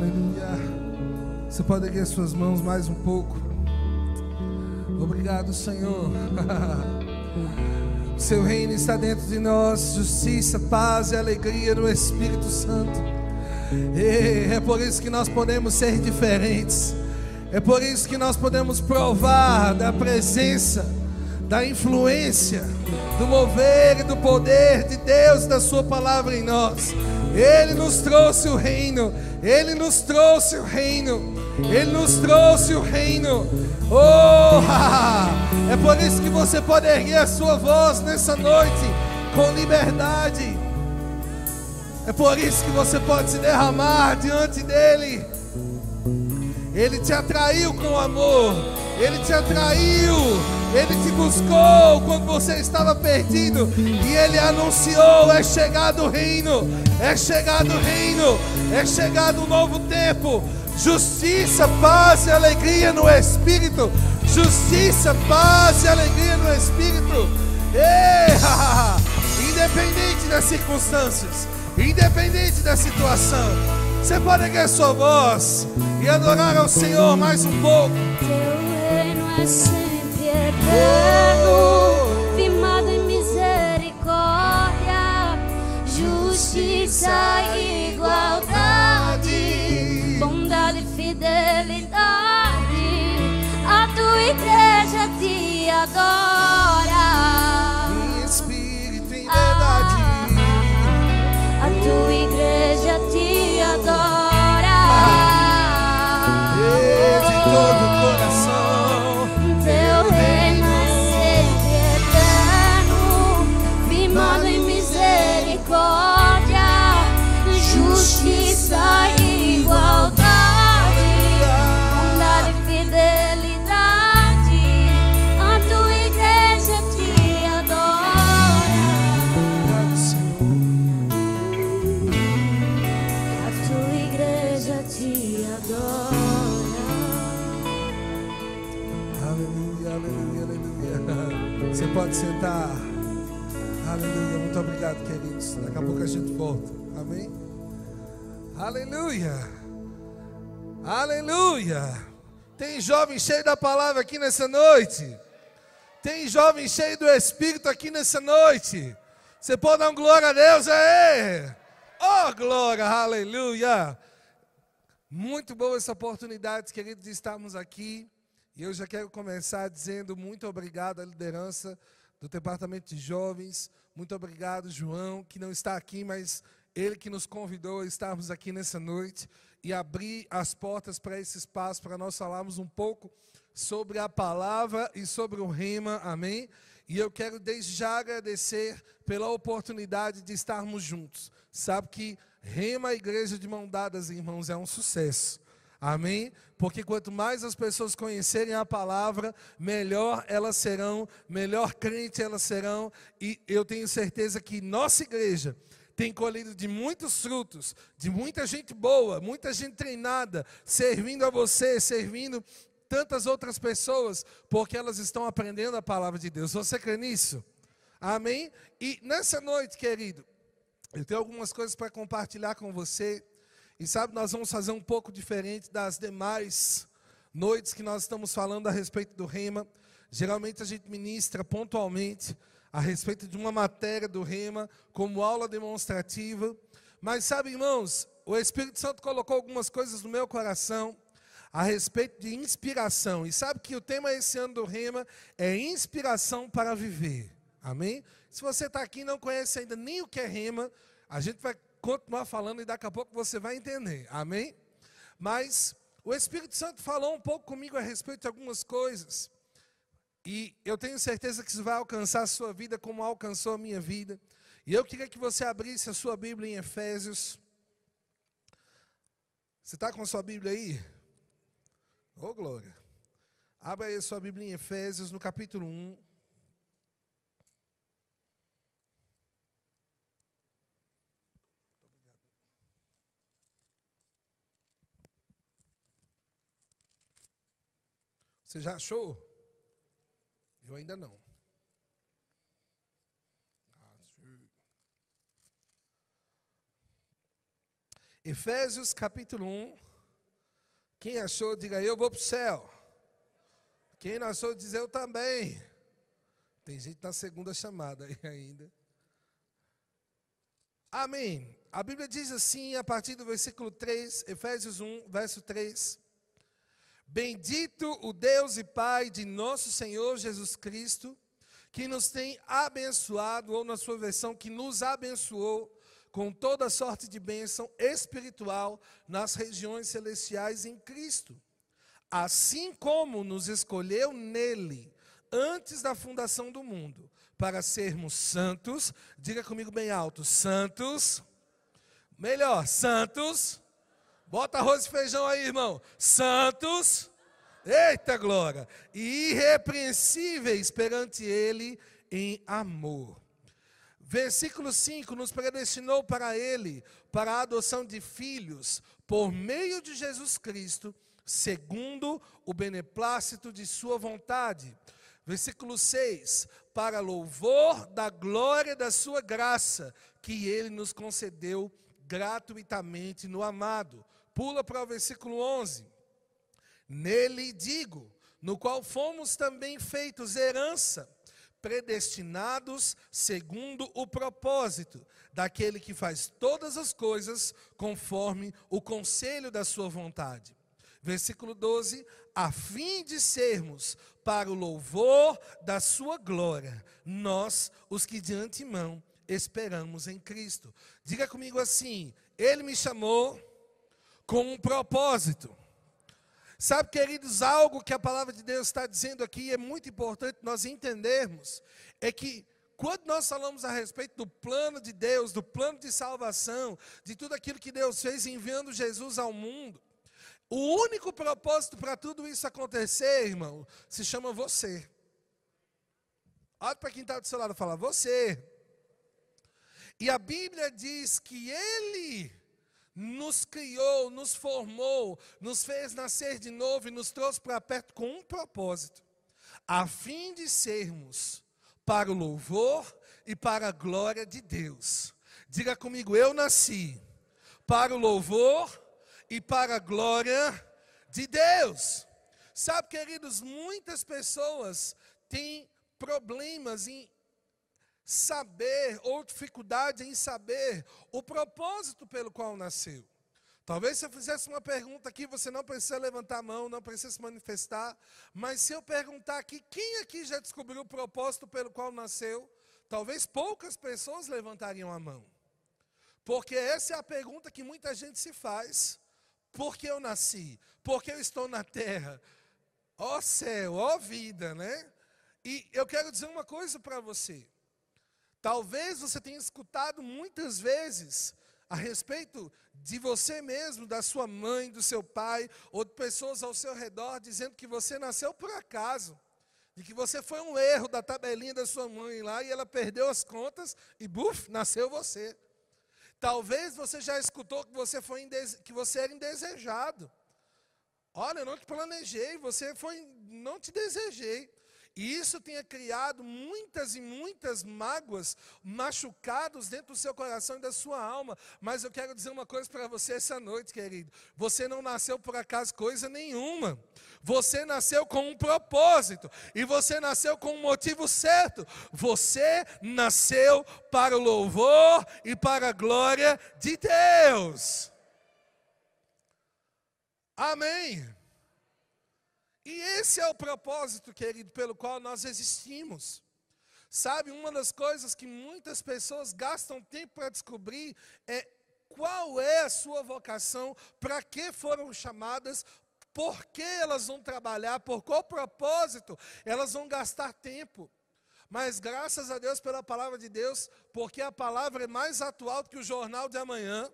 Aleluia. Você pode erguer suas mãos mais um pouco. Obrigado, Senhor. Seu reino está dentro de nós, justiça, paz e alegria no Espírito Santo. É por isso que nós podemos ser diferentes. É por isso que nós podemos provar da presença, da influência, do mover e do poder de Deus, da sua palavra em nós. Ele nos trouxe o reino. Ele nos trouxe o reino. Ele nos trouxe o reino. É por isso que você pode erguer a sua voz nessa noite com liberdade. É por isso que você pode se derramar diante dele. Ele te atraiu com amor. Ele te atraiu. Ele te buscou quando você estava perdido. E ele anunciou: é chegado o reino. É chegado o reino. É chegado um novo tempo. Justiça, paz e alegria no Espírito. Justiça, paz e alegria no Espírito. Independente das circunstâncias, independente da situação, você pode erguer sua voz e adorar ao Senhor mais um pouco. Teu reino é sempre eterno, firmado em misericórdia, justiça e igualdade, bondade e fidelidade. A tua igreja te adora, Em espírito e em verdade. a tua igreja te adora. De todo o coração. Teu reino é sempre eterno, firmado em misericórdia, justiça e igualdade, bondade e fidelidade. A tua igreja te adora. Obrigado, Senhor. A tua igreja te adora. Aleluia, aleluia, aleluia. Você pode sentar. Aleluia, muito obrigado, queridos. Daqui a pouco a gente volta. Amém? Aleluia. Aleluia. Tem jovem cheio da palavra aqui nessa noite. Tem jovem cheio do Espírito aqui nessa noite. Você pode dar uma glória a Deus aí? Oh, glória, aleluia. Muito boa essa oportunidade, queridos, de estarmos aqui. E eu já quero começar dizendo muito obrigado à liderança do Departamento de Jovens. Muito obrigado, João, que não está aqui, mas ele que nos convidou a estarmos aqui nessa noite e abrir as portas para esse espaço, para nós falarmos um pouco sobre a palavra e sobre o rema, amém? E eu quero desde já agradecer pela oportunidade de estarmos juntos. Sabe que Rema Igreja de Mão Dadas, irmãos, é um sucesso. Amém? Porque quanto mais as pessoas conhecerem a palavra, melhor elas serão, melhor crente elas serão. E eu tenho certeza que nossa igreja tem colhido de muitos frutos, de muita gente boa, muita gente treinada, servindo a você, servindo tantas outras pessoas, porque elas estão aprendendo a palavra de Deus. Você crê nisso? Amém? E nessa noite, querido, eu tenho algumas coisas para compartilhar com você. E sabe, nós vamos fazer um pouco diferente das demais noites que nós estamos falando a respeito do rema. Geralmente a gente ministra pontualmente a respeito de uma matéria do rema, como aula demonstrativa. Mas sabe, irmãos, o Espírito Santo colocou algumas coisas no meu coração a respeito de inspiração. E sabe que o tema esse ano do rema é inspiração para viver. Amém? Se você está aqui e não conhece ainda nem o que é rema, a gente vai continuar falando e daqui a pouco você vai entender, amém? Mas o Espírito Santo falou um pouco comigo a respeito de algumas coisas, e eu tenho certeza que isso vai alcançar a sua vida como alcançou a minha vida. E eu queria que você abrisse a sua Bíblia em Efésios. Você está com a sua Bíblia aí? Oh, glória! Abra aí a sua Bíblia em Efésios, no capítulo 1. Você já achou? Eu ainda não. Efésios capítulo 1, Quem achou, diga eu vou para o céu. Quem não achou, diz eu também. Tem gente na segunda chamada aí ainda. Amém. A Bíblia diz assim, a partir do versículo 3, Efésios 1, verso 3. Bendito o Deus e Pai de nosso Senhor Jesus Cristo, que nos tem abençoado, ou na sua versão, que nos abençoou com toda sorte de bênção espiritual nas regiões celestiais em Cristo. Assim como nos escolheu nele, antes da fundação do mundo, para sermos santos, diga comigo bem alto, santos, melhor, santos, bota arroz e feijão aí, irmão, santos, eita glória, e irrepreensíveis perante ele em amor. Versículo 5, nos predestinou para ele, para a adoção de filhos, por meio de Jesus Cristo, segundo o beneplácito de sua vontade. Versículo 6, para louvor da glória da sua graça, que ele nos concedeu gratuitamente no amado. Pula para o versículo 11. Nele digo, no qual fomos também feitos herança, predestinados segundo o propósito daquele que faz todas as coisas conforme o conselho da sua vontade. Versículo 12, a fim de sermos para o louvor da sua glória, nós, os que de antemão esperamos em Cristo. Diga comigo assim, ele me chamou com um propósito. Sabe, queridos, algo que a palavra de Deus está dizendo aqui, é muito importante nós entendermos, é que quando nós falamos a respeito do plano de Deus, do plano de salvação, de tudo aquilo que Deus fez enviando Jesus ao mundo, o único propósito para tudo isso acontecer, irmão, se chama você. Olha para quem está do seu lado e fala, você. E a Bíblia diz que Ele nos criou, nos formou, nos fez nascer de novo e nos trouxe para perto com um propósito, a fim de sermos para o louvor e para a glória de Deus. Diga comigo, eu nasci para o louvor e para a glória de Deus. Sabe, queridos, muitas pessoas têm problemas em saber, ou dificuldade em saber o propósito pelo qual nasceu. Talvez se eu fizesse uma pergunta aqui, você não precisa levantar a mão, não precisa se manifestar, mas se eu perguntar aqui, quem aqui já descobriu o propósito pelo qual nasceu, talvez poucas pessoas levantariam a mão. Porque essa é a pergunta que muita gente se faz. Por que eu nasci? Por que eu estou na terra? Ó céu, ó vida, né? E eu quero dizer uma coisa para você. Talvez você tenha escutado muitas vezes a respeito de você mesmo, da sua mãe, do seu pai, ou de pessoas ao seu redor, dizendo que você nasceu por acaso, de que você foi um erro da tabelinha da sua mãe lá, e ela perdeu as contas, e buf, nasceu você. Talvez você já escutou que você era indesejado. Olha, eu não te planejei, não te desejei. E isso tenha criado muitas e muitas mágoas, machucados dentro do seu coração e da sua alma. Mas eu quero dizer uma coisa para você essa noite, querido. Você não nasceu por acaso coisa nenhuma. Você nasceu com um propósito. E você nasceu com um motivo certo. Você nasceu para o louvor e para a glória de Deus. Amém. E esse é o propósito, querido, pelo qual nós existimos. Sabe, uma das coisas que muitas pessoas gastam tempo para descobrir é qual é a sua vocação, para que foram chamadas, por que elas vão trabalhar, por qual propósito elas vão gastar tempo. Mas graças a Deus pela palavra de Deus, porque a palavra é mais atual do que o jornal de amanhã.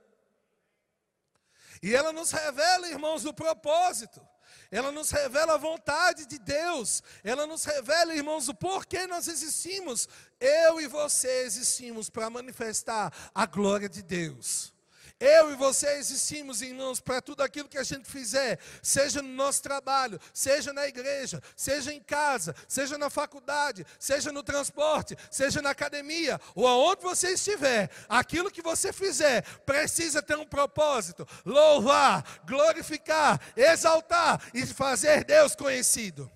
E ela nos revela, irmãos, o propósito. Ela nos revela a vontade de Deus. Ela nos revela, irmãos, o porquê nós existimos. Eu e você existimos para manifestar a glória de Deus. Eu e você existimos, irmãos, para tudo aquilo que a gente fizer, seja no nosso trabalho, seja na igreja, seja em casa, seja na faculdade, seja no transporte, seja na academia, ou aonde você estiver, aquilo que você fizer precisa ter um propósito: louvar, glorificar, exaltar e fazer Deus conhecido.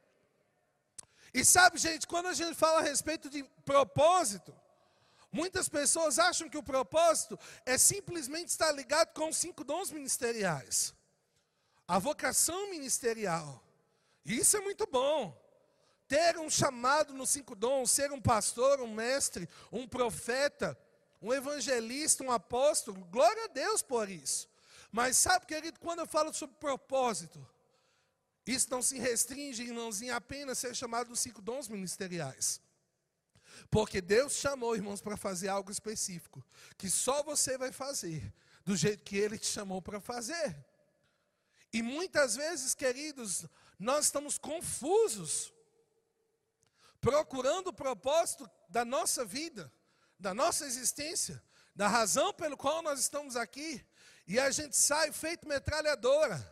E sabe, gente, quando a gente fala a respeito de propósito, muitas pessoas acham que o propósito é simplesmente estar ligado com os 5 dons ministeriais. A vocação ministerial. E isso é muito bom. Ter um chamado nos 5 dons, ser um pastor, um mestre, um profeta, um evangelista, um apóstolo, glória a Deus por isso. Mas sabe, querido, quando eu falo sobre propósito, isso não se restringe, irmãos, em apenas ser chamado dos 5 dons ministeriais. Porque Deus chamou, irmãos, para fazer algo específico, que só você vai fazer do jeito que Ele te chamou para fazer. E muitas vezes, queridos, nós estamos confusos, procurando o propósito da nossa vida, da nossa existência, da razão pelo qual nós estamos aqui, e a gente sai feito metralhadora,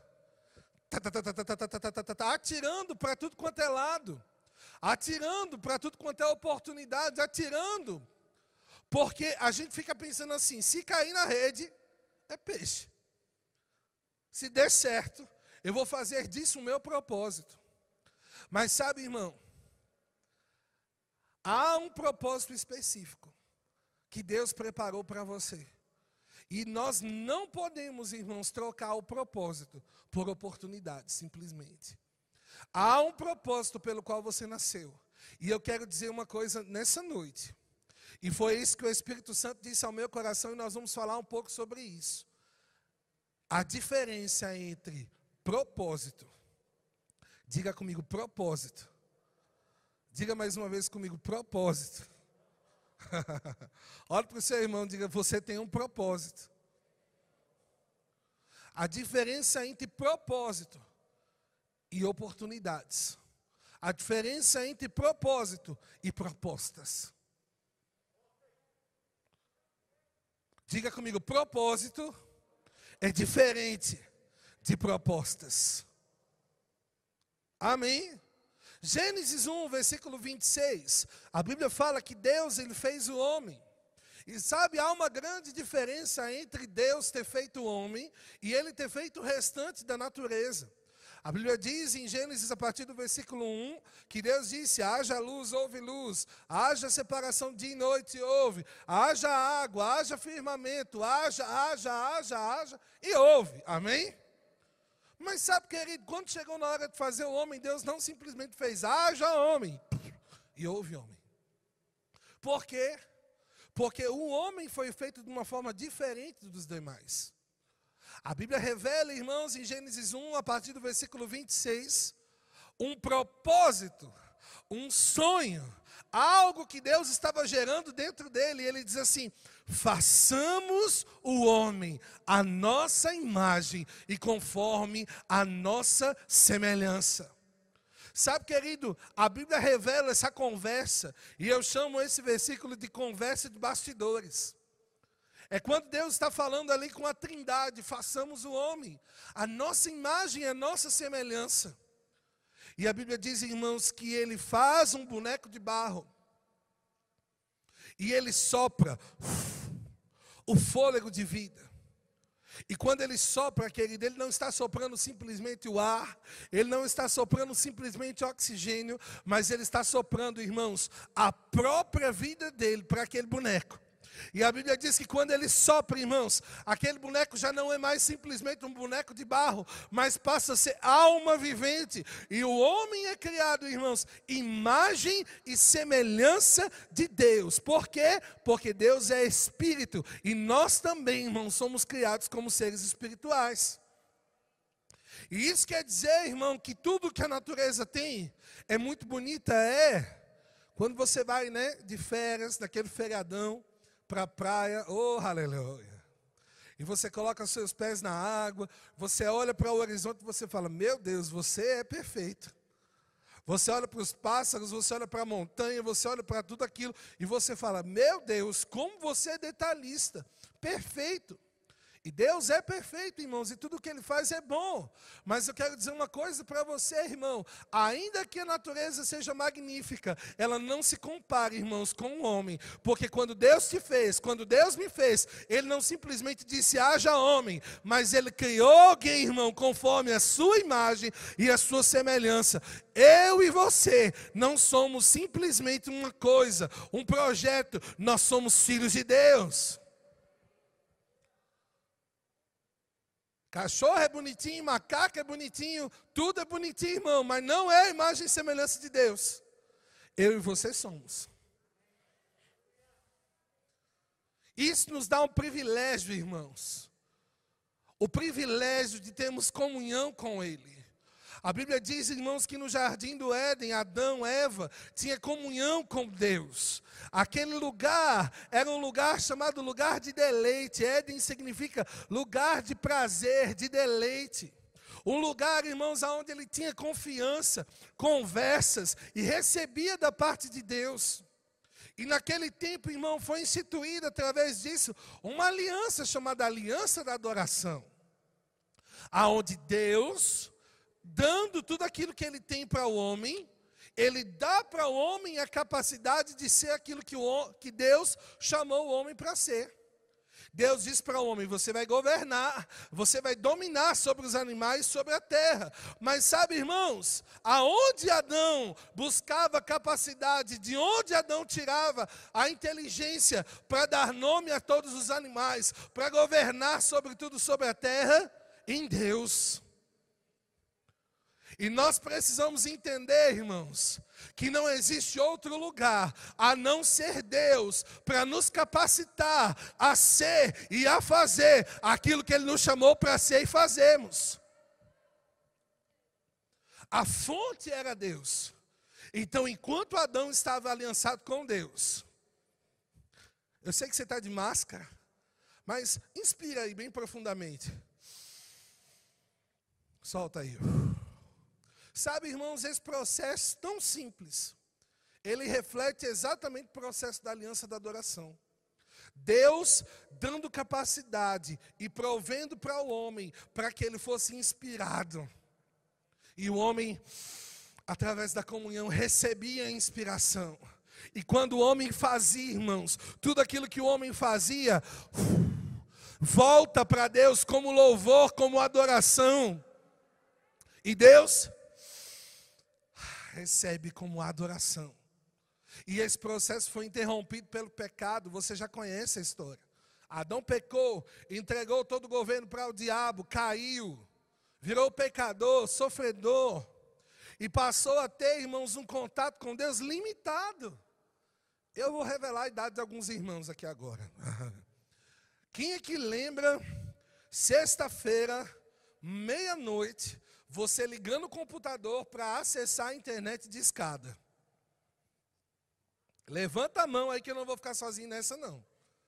atirando para tudo quanto é lado. Atirando para tudo quanto é oportunidade, atirando. Porque a gente fica pensando assim: se cair na rede, é peixe. Se der certo, eu vou fazer disso o meu propósito. Mas sabe, irmão, há um propósito específico que Deus preparou para você. E nós não podemos, irmãos, trocar o propósito por oportunidade, simplesmente. Há um propósito pelo qual você nasceu. E eu quero dizer uma coisa nessa noite. E foi isso que o Espírito Santo disse ao meu coração, e nós vamos falar um pouco sobre isso. A diferença entre propósito. Diga comigo, propósito. Diga mais uma vez comigo, propósito. Olha para o seu irmão e diga: você tem um propósito. A diferença entre propósito e oportunidades. A diferença entre propósito e propostas. Diga comigo, propósito é diferente de propostas. Amém? Gênesis 1, versículo 26, a Bíblia fala que Deus, Ele fez o homem. E sabe, há uma grande diferença entre Deus ter feito o homem e Ele ter feito o restante da natureza. A Bíblia diz em Gênesis, a partir do versículo 1, que Deus disse: haja luz, houve luz, haja separação dia e noite, houve, haja água, haja firmamento, haja, e houve. Amém? Mas sabe, querido, quando chegou na hora de fazer o homem, Deus não simplesmente fez: haja homem, e houve homem. Por quê? Porque o homem foi feito de uma forma diferente dos demais. A Bíblia revela, irmãos, em Gênesis 1, a partir do versículo 26, um propósito, um sonho, algo que Deus estava gerando dentro dele. E ele diz assim: façamos o homem à nossa imagem e conforme a nossa semelhança. Sabe, querido, a Bíblia revela essa conversa, e eu chamo esse versículo de conversa de bastidores. É quando Deus está falando ali com a Trindade: façamos o homem, a nossa imagem e a nossa semelhança. E a Bíblia diz, irmãos, que Ele faz um boneco de barro, e Ele sopra o fôlego de vida. E quando Ele sopra, querido, Ele não está soprando simplesmente o ar, Ele não está soprando simplesmente oxigênio, mas Ele está soprando, irmãos, a própria vida dEle para aquele boneco. E a Bíblia diz que quando Ele sopra, irmãos, aquele boneco já não é mais simplesmente um boneco de barro, mas passa a ser alma vivente. E o homem é criado, irmãos, imagem e semelhança de Deus. Por quê? Porque Deus é Espírito, e nós também, irmãos, somos criados como seres espirituais. E isso quer dizer, irmão, que tudo que a natureza tem é muito bonita, quando você vai, de férias, naquele feriadão, para a praia, oh, aleluia. E você coloca os seus pés na água, você olha para o horizonte e você fala: meu Deus, você é perfeito. Você olha para os pássaros, você olha para a montanha, você olha para tudo aquilo, e você fala: meu Deus, como você é detalhista, perfeito. E Deus é perfeito, irmãos, e tudo que Ele faz é bom. Mas eu quero dizer uma coisa para você, irmão. Ainda que a natureza seja magnífica, ela não se compara, irmãos, com o homem. Porque quando Deus te fez, quando Deus me fez, Ele não simplesmente disse, haja homem. Mas Ele criou alguém, irmão, conforme a sua imagem e a sua semelhança. Eu e você não somos simplesmente uma coisa, um projeto. Nós somos filhos de Deus. Cachorro é bonitinho, macaco é bonitinho, tudo é bonitinho, irmão, mas não é a imagem e semelhança de Deus. Eu e você somos. Isso nos dá um privilégio, irmãos. O privilégio de termos comunhão com Ele. A Bíblia diz, irmãos, que no jardim do Éden, Adão, Eva, tinha comunhão com Deus. Aquele lugar era um lugar chamado lugar de deleite. Éden significa lugar de prazer, de deleite. Um lugar, irmãos, onde ele tinha confiança, conversas e recebia da parte de Deus. E naquele tempo, irmão, foi instituída através disso uma aliança chamada Aliança da Adoração. Aonde Deus, dando tudo aquilo que Ele tem para o homem, Ele dá para o homem a capacidade de ser aquilo que Deus chamou o homem para ser. Deus diz para o homem, você vai governar, você vai dominar sobre os animais, sobre a terra. Mas sabe, irmãos, aonde Adão buscava capacidade, de onde Adão tirava a inteligência para dar nome a todos os animais, para governar sobre tudo sobre a terra? Em Deus. E nós precisamos entender, irmãos, que não existe outro lugar a não ser Deus para nos capacitar a ser e a fazer aquilo que Ele nos chamou para ser e fazermos. A fonte era Deus. Então, enquanto Adão estava aliançado com Deus, eu sei que você está de máscara, mas inspira aí bem profundamente. Solta aí. Sabe, irmãos, esse processo tão simples, ele reflete exatamente o processo da aliança da adoração. Deus dando capacidade e provendo para o homem, para que ele fosse inspirado. E o homem, através da comunhão, recebia a inspiração. E quando o homem fazia, irmãos, tudo aquilo que o homem fazia, volta para Deus como louvor, como adoração. E Deus recebe como adoração. E esse processo foi interrompido pelo pecado. Você já conhece a história. Adão pecou, entregou todo o governo para o diabo, caiu, virou pecador, sofredor, e passou a ter, irmãos, um contato com Deus limitado. Eu vou revelar a idade de alguns irmãos aqui agora. Quem é que lembra, sexta-feira, meia-noite, você ligando o computador para acessar a internet de escada? Levanta a mão aí que eu não vou ficar sozinho nessa não.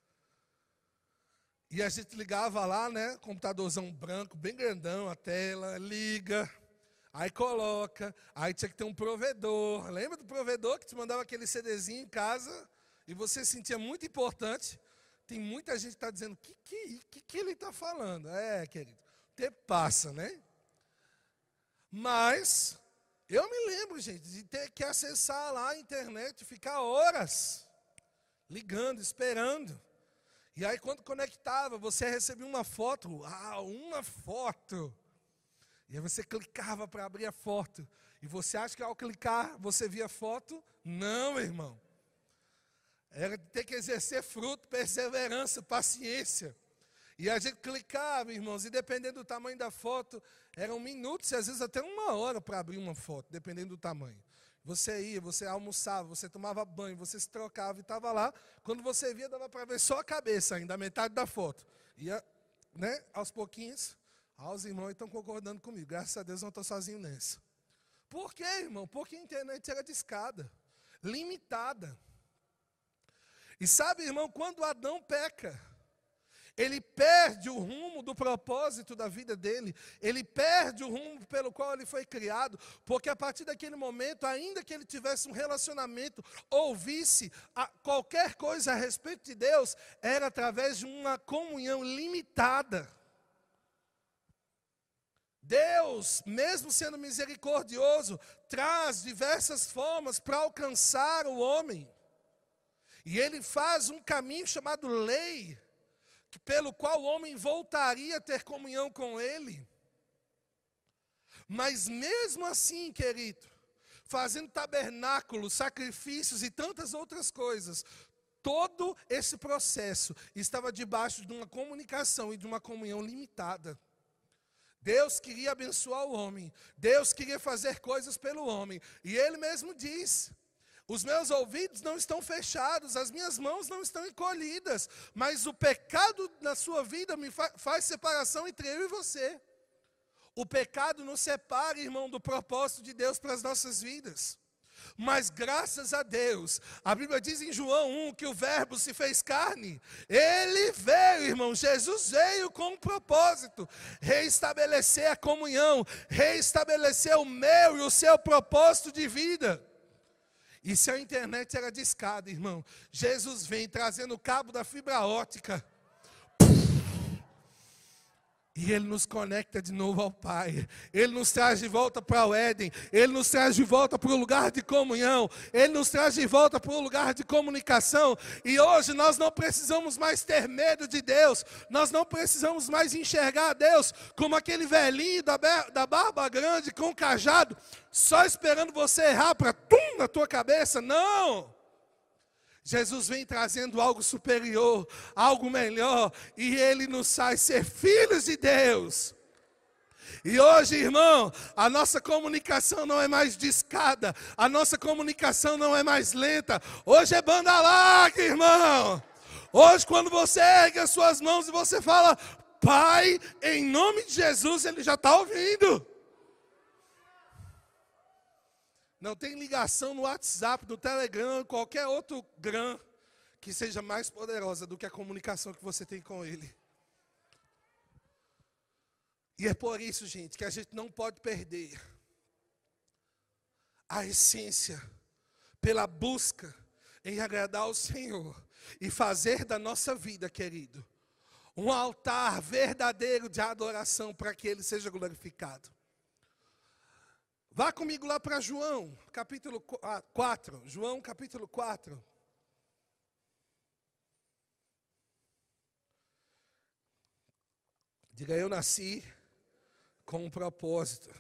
E a gente ligava lá, né, computadorzão branco, bem grandão, a tela, liga, aí coloca, aí tinha que ter um provedor. Lembra do provedor que te mandava aquele CDzinho em casa e você se sentia muito importante? Tem muita gente que está dizendo, que ele está falando? É, querido, o tempo passa, né? Mas eu me lembro, gente, de ter que acessar lá a internet, ficar horas ligando, esperando. E aí quando conectava, você recebia uma foto, uma foto. E aí você clicava para abrir a foto. E você acha que ao clicar você via foto? Não, irmão. Era ter que exercer fruto, perseverança, paciência. E a gente clicava, irmãos, e dependendo do tamanho da foto, eram minutos e às vezes até uma hora para abrir uma foto, dependendo do tamanho. Você ia, você almoçava, você tomava banho, você se trocava e estava lá. Quando você via, dava para ver só a cabeça ainda, a metade da foto. Ia, né, aos pouquinhos, os irmãos estão concordando comigo. Graças a Deus não estou sozinho nessa. Por quê, irmão? Porque a internet era de escada, limitada. E sabe, irmão, quando Adão peca, ele perde o rumo do propósito da vida dele, ele perde o rumo pelo qual ele foi criado, porque a partir daquele momento, ainda que ele tivesse um relacionamento, ouvisse qualquer coisa a respeito de Deus, era através de uma comunhão limitada. Deus, mesmo sendo misericordioso, traz diversas formas para alcançar o homem. E ele faz um caminho chamado lei, pelo qual o homem voltaria a ter comunhão com ele. Mas mesmo assim, querido, fazendo tabernáculos, sacrifícios e tantas outras coisas, todo esse processo estava debaixo de uma comunicação e de uma comunhão limitada. Deus queria abençoar o homem, Deus queria fazer coisas pelo homem, e ele mesmo diz: os meus ouvidos não estão fechados, as minhas mãos não estão encolhidas, mas o pecado na sua vida me faz separação entre eu e você. O pecado nos separa, irmão, do propósito de Deus para as nossas vidas. Mas graças a Deus, a Bíblia diz em João 1 que o verbo se fez carne. Ele veio, irmão, Jesus veio com um propósito: reestabelecer a comunhão, reestabelecer o meu e o seu propósito de vida. E se a internet era discada, irmão, Jesus vem trazendo o cabo da fibra ótica. E Ele nos conecta de novo ao Pai. Ele nos traz de volta para o Éden. Ele nos traz de volta para o lugar de comunhão. Ele nos traz de volta para o lugar de comunicação. E hoje nós não precisamos mais ter medo de Deus. Nós não precisamos mais enxergar Deus como aquele velhinho da barba grande com o cajado, só esperando você errar para tum na tua cabeça. Não! Jesus vem trazendo algo superior, algo melhor, e Ele nos faz ser filhos de Deus. E hoje, irmão, a nossa comunicação não é mais discada, a nossa comunicação não é mais lenta. Hoje é banda larga, irmão. Hoje, quando você ergue as suas mãos e você fala: Pai, em nome de Jesus, Ele já está ouvindo. Não tem ligação no WhatsApp, no Telegram, qualquer outro gram que seja mais poderosa do que a comunicação que você tem com Ele. E é por isso, gente, que a gente não pode perder a essência pela busca em agradar ao Senhor e fazer da nossa vida, querido, um altar verdadeiro de adoração para que Ele seja glorificado. Vá comigo lá para João, capítulo 4. João, capítulo 4. Diga: eu nasci com um propósito.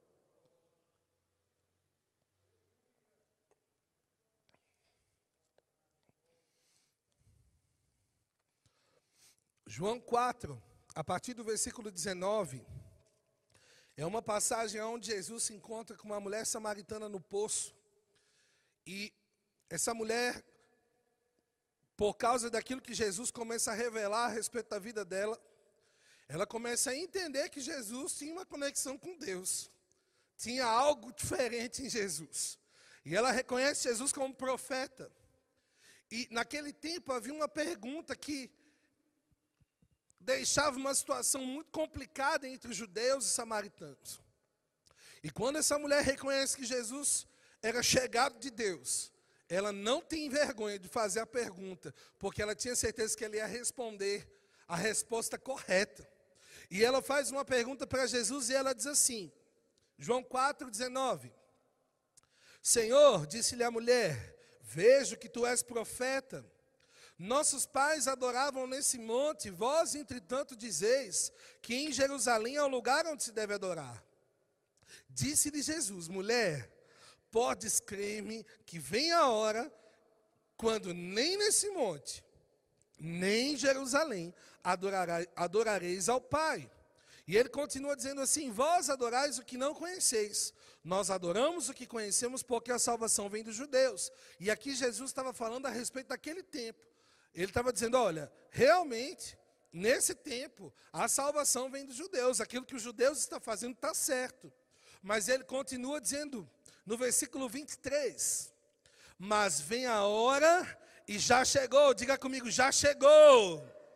João 4, a partir do versículo 19... é uma passagem onde Jesus se encontra com uma mulher samaritana no poço. E essa mulher, por causa daquilo que Jesus começa a revelar a respeito da vida dela, ela começa a entender que Jesus tinha uma conexão com Deus. Tinha algo diferente em Jesus. E ela reconhece Jesus como profeta. E naquele tempo havia uma pergunta que deixava uma situação muito complicada entre os judeus e samaritanos. E quando essa mulher reconhece que Jesus era chegado de Deus, ela não tem vergonha de fazer a pergunta, porque ela tinha certeza que ele ia responder a resposta correta. E ela faz uma pergunta para Jesus e ela diz assim, João 4,19: Senhor, disse-lhe a mulher, vejo que tu és profeta. Nossos pais adoravam nesse monte, vós, entretanto, dizeis que em Jerusalém é o lugar onde se deve adorar. Disse-lhe Jesus, mulher, podes crer-me que vem a hora, quando nem nesse monte, nem em Jerusalém, adorareis ao Pai. E ele continua dizendo assim, vós adorais o que não conheceis. Nós adoramos o que conhecemos porque a salvação vem dos judeus. E aqui Jesus estava falando a respeito daquele tempo. Ele estava dizendo, olha, realmente, nesse tempo, a salvação vem dos judeus. Aquilo que os judeus estão fazendo está certo. Mas ele continua dizendo, no versículo 23, mas vem a hora e já chegou. Diga comigo, já chegou.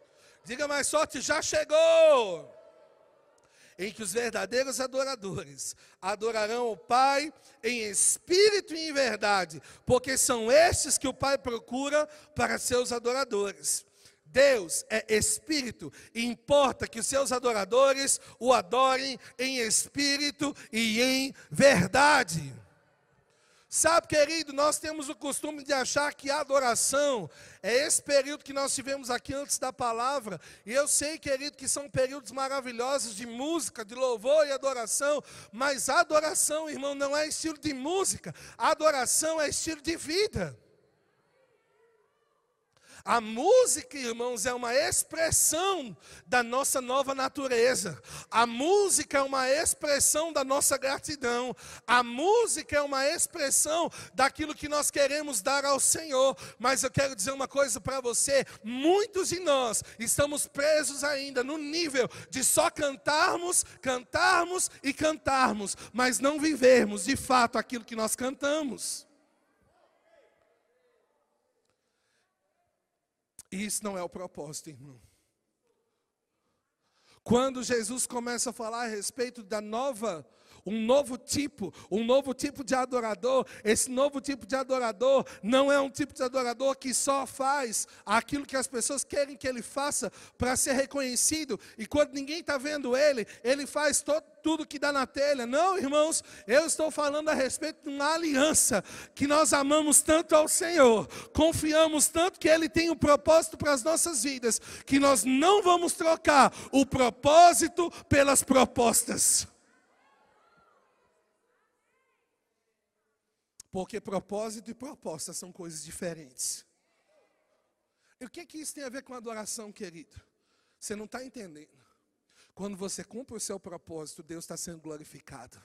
Diga mais forte, já chegou. Em que os verdadeiros adoradores adorarão o Pai em espírito e em verdade, porque são estes que o Pai procura para seus adoradores. Deus é espírito e importa que os seus adoradores o adorem em espírito e em verdade. Sabe, querido, nós temos o costume de achar que a adoração é esse período que nós tivemos aqui antes da palavra. E eu sei, querido, que são períodos maravilhosos de música, de louvor e adoração. Mas a adoração, irmão, não é estilo de música. A adoração é estilo de vida. A música, irmãos, é uma expressão da nossa nova natureza. A música é uma expressão da nossa gratidão. A música é uma expressão daquilo que nós queremos dar ao Senhor. Mas eu quero dizer uma coisa para você. Muitos de nós estamos presos ainda no nível de só cantarmos, cantarmos e cantarmos, mas não vivermos de fato aquilo que nós cantamos. E isso não é o propósito, irmão. Quando Jesus começa a falar a respeito da um novo tipo de adorador, esse novo tipo de adorador não é um tipo de adorador que só faz aquilo que as pessoas querem que ele faça para ser reconhecido, e quando ninguém está vendo ele faz tudo que dá na telha. Não, irmãos, eu estou falando a respeito de uma aliança, que nós amamos tanto ao Senhor, confiamos tanto que Ele tem um propósito para as nossas vidas, que nós não vamos trocar o propósito pelas propostas. Porque propósito e proposta são coisas diferentes. E o que isso tem a ver com adoração, querido? Você não está entendendo. Quando você cumpre o seu propósito, Deus está sendo glorificado.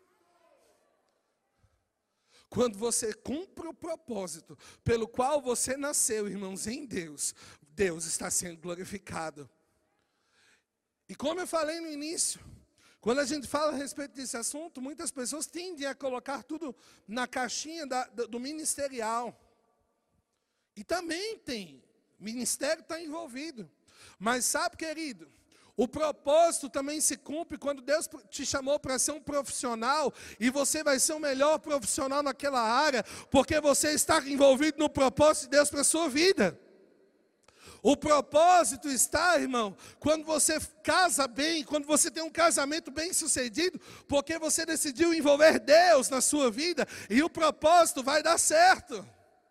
Quando você cumpre o propósito pelo qual você nasceu, irmãos, em Deus, Deus está sendo glorificado. E como eu falei no início, quando a gente fala a respeito desse assunto, muitas pessoas tendem a colocar tudo na caixinha do ministerial. E também tem, ministério está envolvido. Mas sabe, querido, o propósito também se cumpre quando Deus te chamou para ser um profissional, e você vai ser o melhor profissional naquela área, porque você está envolvido no propósito de Deus para a sua vida. O propósito está, irmão, quando você casa bem, quando você tem um casamento bem sucedido, porque você decidiu envolver Deus na sua vida, e o propósito vai dar certo.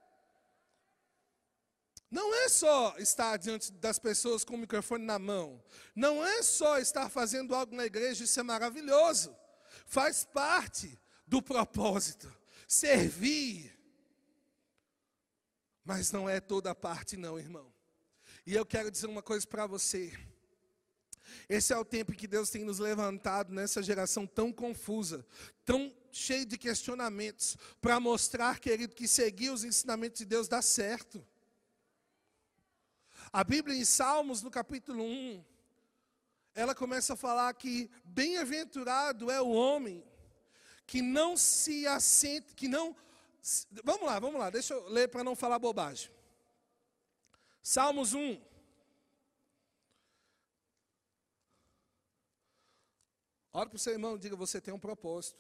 Não é só estar diante das pessoas com o microfone na mão. Não é só estar fazendo algo na igreja, isso é maravilhoso. Faz parte do propósito. Servir. Mas não é toda a parte não, irmão. E eu quero dizer uma coisa para você. Esse é o tempo em que Deus tem nos levantado nessa geração tão confusa, tão cheia de questionamentos, para mostrar, querido, que seguir os ensinamentos de Deus dá certo. A Bíblia em Salmos, no capítulo 1, ela começa a falar que bem-aventurado é o homem que não se assenta, que não... Vamos lá, deixa eu ler para não falar bobagem. Salmos 1. Olha para o seu irmão e diga, você tem um propósito.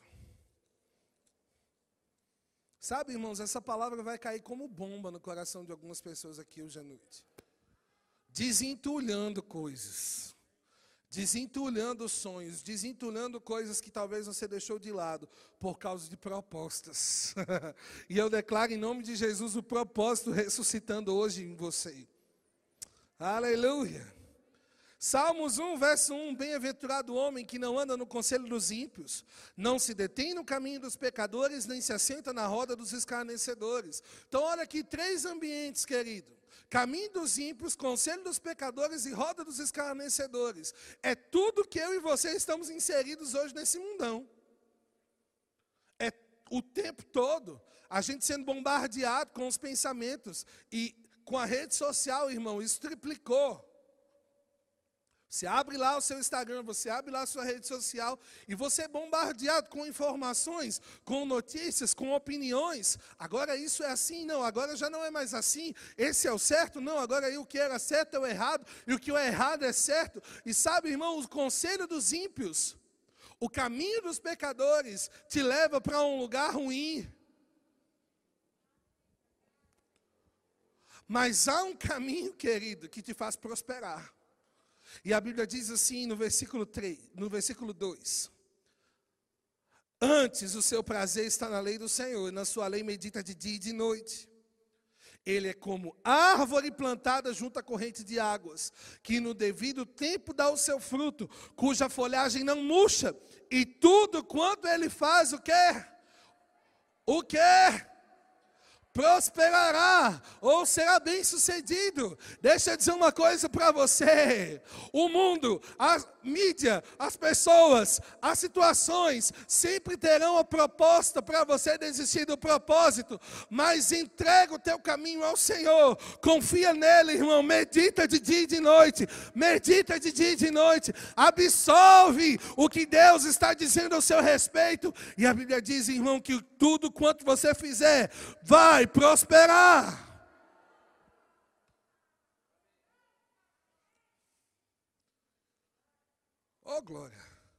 Sabe, irmãos, essa palavra vai cair como bomba no coração de algumas pessoas aqui hoje à noite. Desentulhando coisas, desentulhando sonhos, desentulhando coisas que talvez você deixou de lado por causa de propostas. E eu declaro em nome de Jesus o propósito ressuscitando hoje em você. Aleluia. Salmos 1, verso 1, bem-aventurado o homem que não anda no conselho dos ímpios, não se detém no caminho dos pecadores, nem se assenta na roda dos escarnecedores. Então olha aqui, 3 ambientes, querido. Caminho dos ímpios, conselho dos pecadores e roda dos escarnecedores. É tudo que eu e você estamos inseridos hoje nesse mundão. É o tempo todo a gente sendo bombardeado com os pensamentos. E com a rede social, irmão, isso triplicou. Você abre lá o seu Instagram, você abre lá a sua rede social e você é bombardeado com informações, com notícias, com opiniões. Agora isso é assim, não, agora já não é mais assim. Esse é o certo, não, agora o que era certo é o errado e o que é errado é certo. E sabe, irmão, o conselho dos ímpios, o caminho dos pecadores te leva para um lugar ruim. Mas há um caminho, querido, que te faz prosperar. E a Bíblia diz assim no versículo 2. Antes o seu prazer está na lei do Senhor, e na sua lei medita de dia e de noite. Ele é como árvore plantada junto à corrente de águas, que no devido tempo dá o seu fruto, cuja folhagem não murcha, e tudo quanto ele faz, o quê? O quê? Prosperará, ou será bem sucedido. Deixa eu dizer uma coisa para você. O mundo, a mídia, as pessoas, as situações sempre terão a proposta para você desistir do propósito. Mas entrega o teu caminho ao Senhor. Confia nele, irmão. Medita de dia e de noite. Medita de dia e de noite. Absolve o que Deus está dizendo ao seu respeito. E a Bíblia diz, irmão, que tudo quanto você fizer vai prosperar. Oh, glória.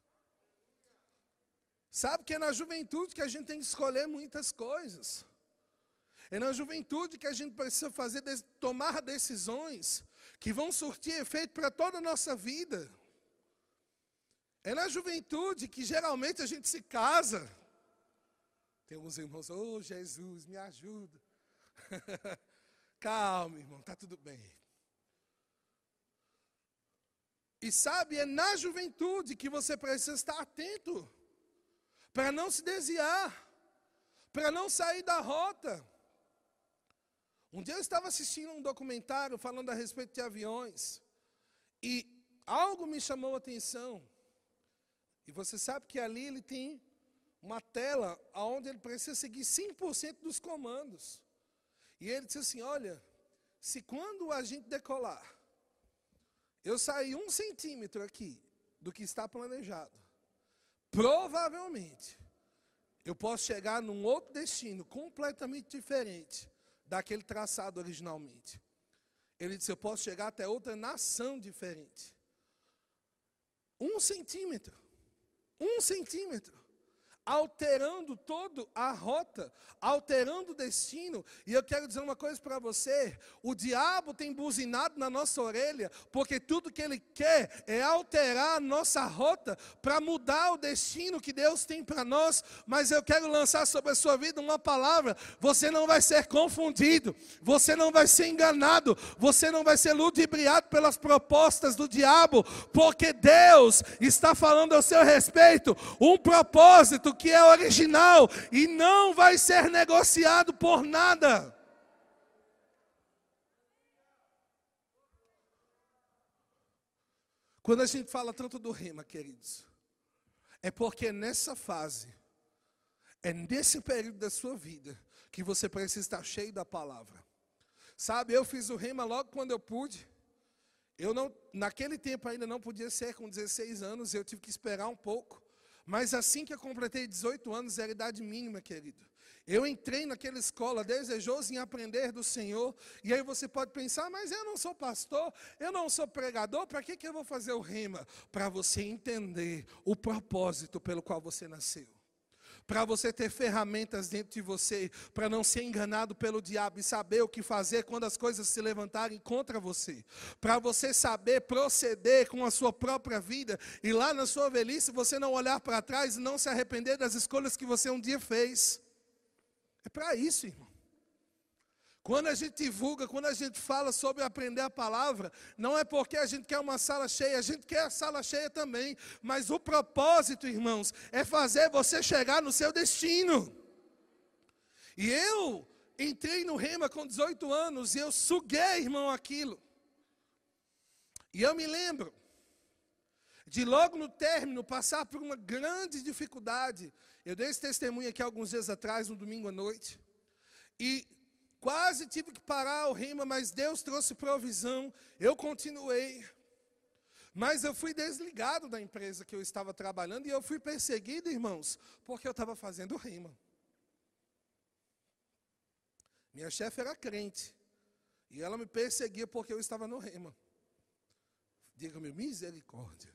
Sabe que é na juventude que a gente tem que escolher muitas coisas. É na juventude que a gente precisa tomar decisões que vão surtir efeito para toda a nossa vida. É na juventude que geralmente a gente se casa. Tem uns irmãos, oh Jesus, me ajuda. Calma, irmão, está tudo bem. E sabe, é na juventude que você precisa estar atento, para não se desviar, para não sair da rota. Um dia eu estava assistindo um documentário falando a respeito de aviões, e algo me chamou a atenção. E você sabe que ali ele tem uma tela onde ele precisa seguir 100% dos comandos. E ele disse assim, olha, se quando a gente decolar, eu sair 1 centímetro aqui do que está planejado, provavelmente, eu posso chegar num outro destino completamente diferente daquele traçado originalmente. Ele disse, eu posso chegar até outra nação diferente. 1 centímetro. 1 centímetro. Alterando toda a rota, alterando o destino. E eu quero dizer uma coisa para você, o diabo tem buzinado na nossa orelha, porque tudo que ele quer é alterar a nossa rota, para mudar o destino que Deus tem para nós. Mas eu quero lançar sobre a sua vida uma palavra, você não vai ser confundido, você não vai ser enganado, você não vai ser ludibriado pelas propostas do diabo, porque Deus está falando ao seu respeito, um propósito que é original e não vai ser negociado por nada. Quando a gente fala tanto do rema, queridos, é porque nessa fase, é nesse período da sua vida, que você precisa estar cheio da palavra. Sabe, eu fiz o rema logo quando eu pude. Eu não, naquele tempo ainda não podia ser com 16 anos, eu tive que esperar um pouco. Mas assim que eu completei 18 anos, era a idade mínima, querido. Eu entrei naquela escola desejoso em aprender do Senhor. E aí você pode pensar, mas eu não sou pastor, eu não sou pregador, para que eu vou fazer o rema? Para você entender o propósito pelo qual você nasceu. Para você ter ferramentas dentro de você, para não ser enganado pelo diabo e saber o que fazer quando as coisas se levantarem contra você. Para você saber proceder com a sua própria vida e lá na sua velhice você não olhar para trás e não se arrepender das escolhas que você um dia fez. É para isso, irmão. Quando a gente divulga, quando a gente fala sobre aprender a palavra, não é porque a gente quer uma sala cheia, a gente quer a sala cheia também. Mas o propósito, irmãos, é fazer você chegar no seu destino. E eu entrei no rema com 18 anos e eu suguei, irmão, aquilo. E eu me lembro de logo no término passar por uma grande dificuldade. Eu dei esse testemunho aqui alguns dias atrás, no domingo à noite. E quase tive que parar o rema, mas Deus trouxe provisão. Eu continuei. Mas eu fui desligado da empresa que eu estava trabalhando e eu fui perseguido, irmãos, porque eu estava fazendo rima. Minha chefe era crente e ela me perseguia porque eu estava no rema. Diga-me, misericórdia.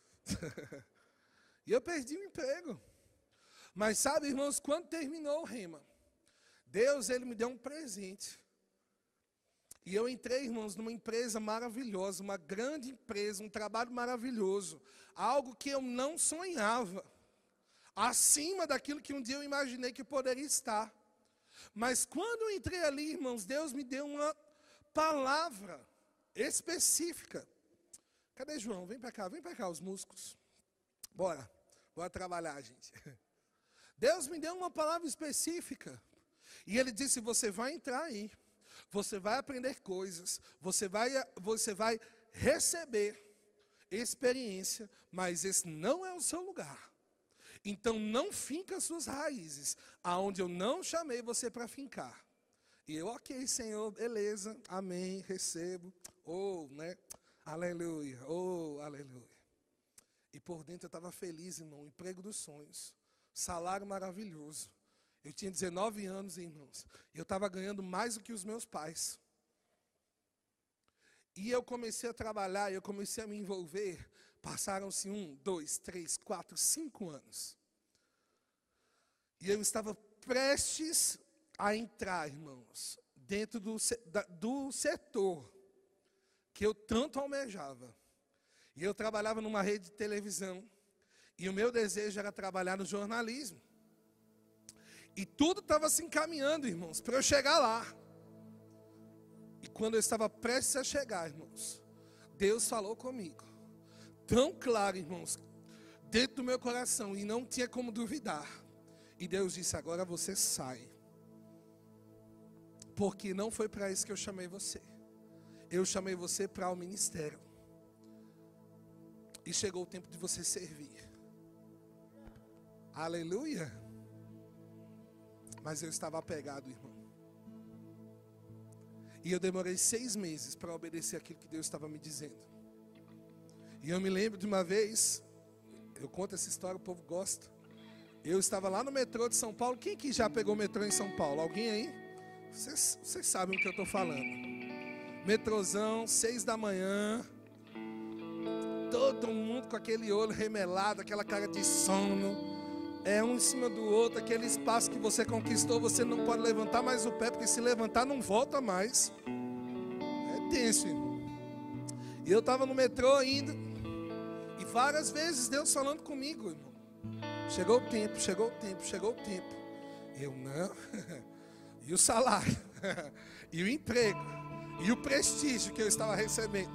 E eu perdi o emprego. Mas sabe, irmãos, quando terminou o rema, Deus, Ele me deu um presente. E eu entrei, irmãos, numa empresa maravilhosa, uma grande empresa, um trabalho maravilhoso. Algo que eu não sonhava. Acima daquilo que um dia eu imaginei que poderia estar. Mas quando eu entrei ali, irmãos, Deus me deu uma palavra específica. Cadê João? Vem para cá, os músicos. Bora trabalhar, gente. Deus me deu uma palavra específica. E Ele disse, você vai entrar aí. Você vai aprender coisas. Você vai receber experiência. Mas esse não é o seu lugar. Então não finca as suas raízes. Aonde eu não chamei você para fincar. E eu, ok, Senhor, beleza. Amém, recebo. Oh, né? Aleluia, oh, aleluia. E por dentro eu estava feliz, irmão, emprego dos sonhos, salário maravilhoso. Eu tinha 19 anos, irmãos, e eu estava ganhando mais do que os meus pais. E eu comecei a trabalhar, eu comecei a me envolver, passaram-se 1, 2, 3, 4, 5 anos. E eu estava prestes a entrar, irmãos, dentro do setor que eu tanto almejava. E eu trabalhava numa rede de televisão. E o meu desejo era trabalhar no jornalismo. E tudo estava se encaminhando, irmãos, para eu chegar lá. E quando eu estava prestes a chegar, irmãos, Deus falou comigo. Tão claro, irmãos, dentro do meu coração. E não tinha como duvidar. E Deus disse, agora você sai. Porque não foi para isso que eu chamei você. Eu chamei você para o ministério. E chegou o tempo de você servir. Aleluia. Mas eu estava apegado, irmão. E eu demorei 6 meses para obedecer aquilo que Deus estava me dizendo. E eu me lembro de uma vez, eu conto essa história, o povo gosta. Eu estava lá no metrô de São Paulo. Quem que já pegou o metrô em São Paulo? Alguém aí? Vocês sabem o que eu estou falando. Metrôzão, 6 da manhã. Todo mundo com aquele olho remelado, aquela cara de sono. É um em cima do outro, aquele espaço que você conquistou, você não pode levantar mais o pé, porque se levantar não volta mais. É tenso, irmão. E eu estava no metrô ainda. E várias vezes Deus falando comigo, irmão. Chegou o tempo, chegou o tempo, chegou o tempo. Eu não. E o salário. E o emprego. E o prestígio que eu estava recebendo.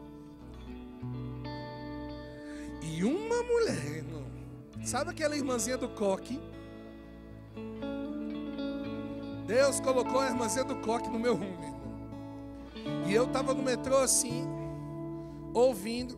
E uma mulher, irmão. Sabe aquela irmãzinha do coque? Deus colocou a irmãzinha do coque no meu rumo, irmão. E eu estava no metrô assim, ouvindo.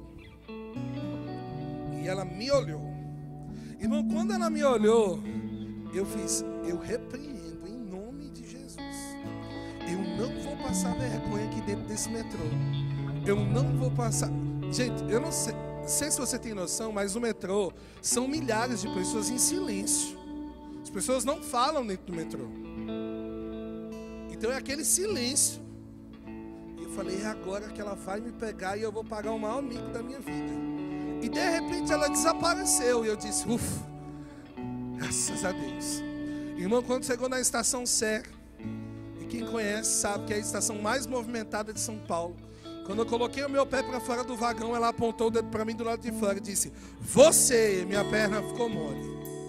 E ela me olhou. Irmão, quando ela me olhou, eu repreendo em nome de Jesus. Eu não vou passar vergonha aqui dentro desse metrô. Eu não vou passar. Gente, eu não sei se você tem noção, mas o metrô são milhares de pessoas em silêncio. As pessoas não falam dentro do metrô. Então é aquele silêncio. E eu falei, é agora que ela vai me pegar e eu vou pagar o maior mico da minha vida. E de repente ela desapareceu. E eu disse, ufa, graças a Deus. Irmão, quando chegou na estação Sé, e quem conhece sabe que é a estação mais movimentada de São Paulo. Quando eu coloquei o meu pé para fora do vagão, ela apontou o dedo para mim do lado de fora e disse, você, minha perna ficou mole.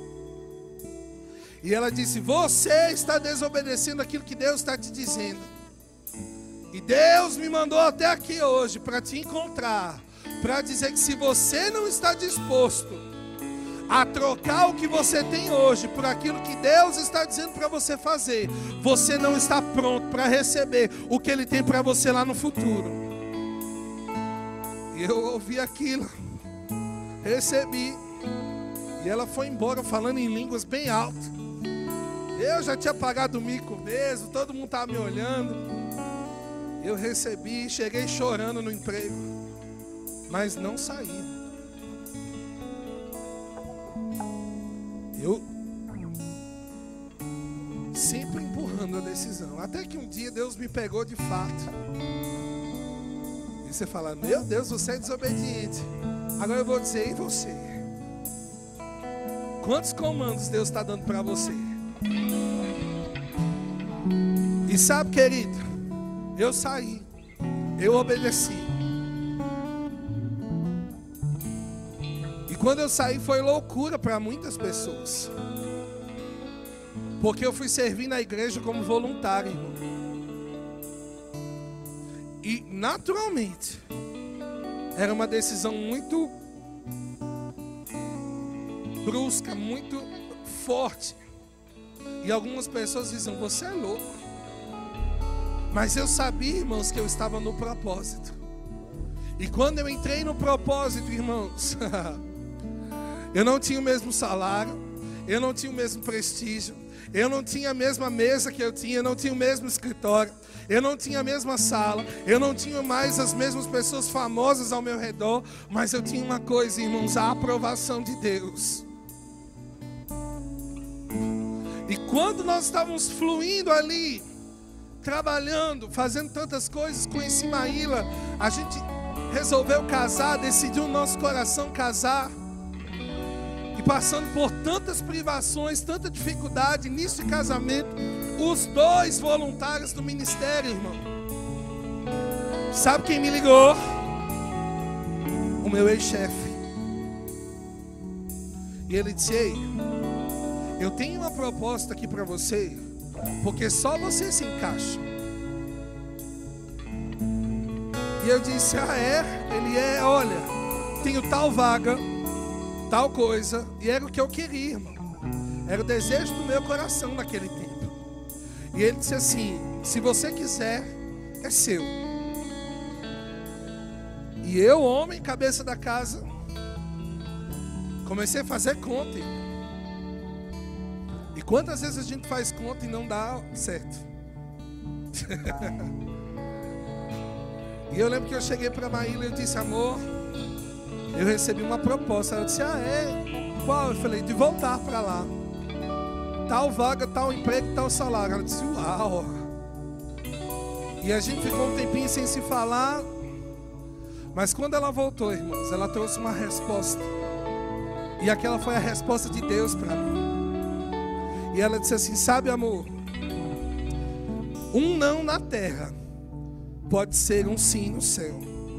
E ela disse, você está desobedecendo aquilo que Deus está te dizendo. E Deus me mandou até aqui hoje para te encontrar, para dizer que se você não está disposto a trocar o que você tem hoje por aquilo que Deus está dizendo para você fazer, você não está pronto para receber o que Ele tem para você lá no futuro. E eu ouvi aquilo, recebi, e ela foi embora falando em línguas bem alto. Eu já tinha pagado o mico mesmo, todo mundo estava me olhando. Eu recebi, cheguei chorando no emprego. mas não saíram. Eu sempre empurrando a decisão, até que um dia Deus me pegou de fato. E você fala: meu Deus, você é desobediente. Agora eu vou dizer: e você? Quantos comandos Deus está dando para você? E sabe, querido, eu saí, eu obedeci. E quando eu saí foi loucura para muitas pessoas, porque eu fui servir na igreja como voluntário, irmão. E naturalmente era uma decisão muito brusca, muito forte. E algumas pessoas dizem: você é louco. Mas eu sabia, irmãos, que eu estava no propósito. E quando eu entrei no propósito, irmãos, eu não tinha o mesmo salário, eu não tinha o mesmo prestígio, eu não tinha a mesma mesa que eu tinha, eu não tinha o mesmo escritório, eu não tinha a mesma sala, eu não tinha mais as mesmas pessoas famosas ao meu redor, mas eu tinha uma coisa, irmãos: a aprovação de Deus. E quando nós estávamos fluindo ali, trabalhando, fazendo tantas coisas, conheci Maíla, a gente resolveu casar, decidiu no nosso coração casar. E passando por tantas privações, tanta dificuldade, início de casamento, os dois voluntários do ministério, irmão. Sabe quem me ligou? O meu ex-chefe. E ele disse: ei, eu tenho uma proposta aqui para você, porque só você se encaixa. E eu disse: ah, é? Ele é: olha, tenho tal vaga, tal coisa. E era o que eu queria, irmão. Era o desejo do meu coração naquele tempo. E ele disse assim: se você quiser, é seu. E eu, homem, cabeça da casa, comecei a fazer conta, irmão. E quantas vezes a gente faz conta e não dá certo? E eu lembro que eu cheguei para Maíla e eu disse: amor, eu recebi uma proposta. Ela disse: ah, é? Qual? Eu falei: de voltar para lá. Tal vaga, tal emprego, tal salário. Ela disse: uau. E a gente ficou um tempinho sem se falar. Mas quando ela voltou, irmãos, ela trouxe uma resposta. E aquela foi a resposta de Deus para mim. E ela disse assim: sabe, amor, um não na terra pode ser um sim no céu.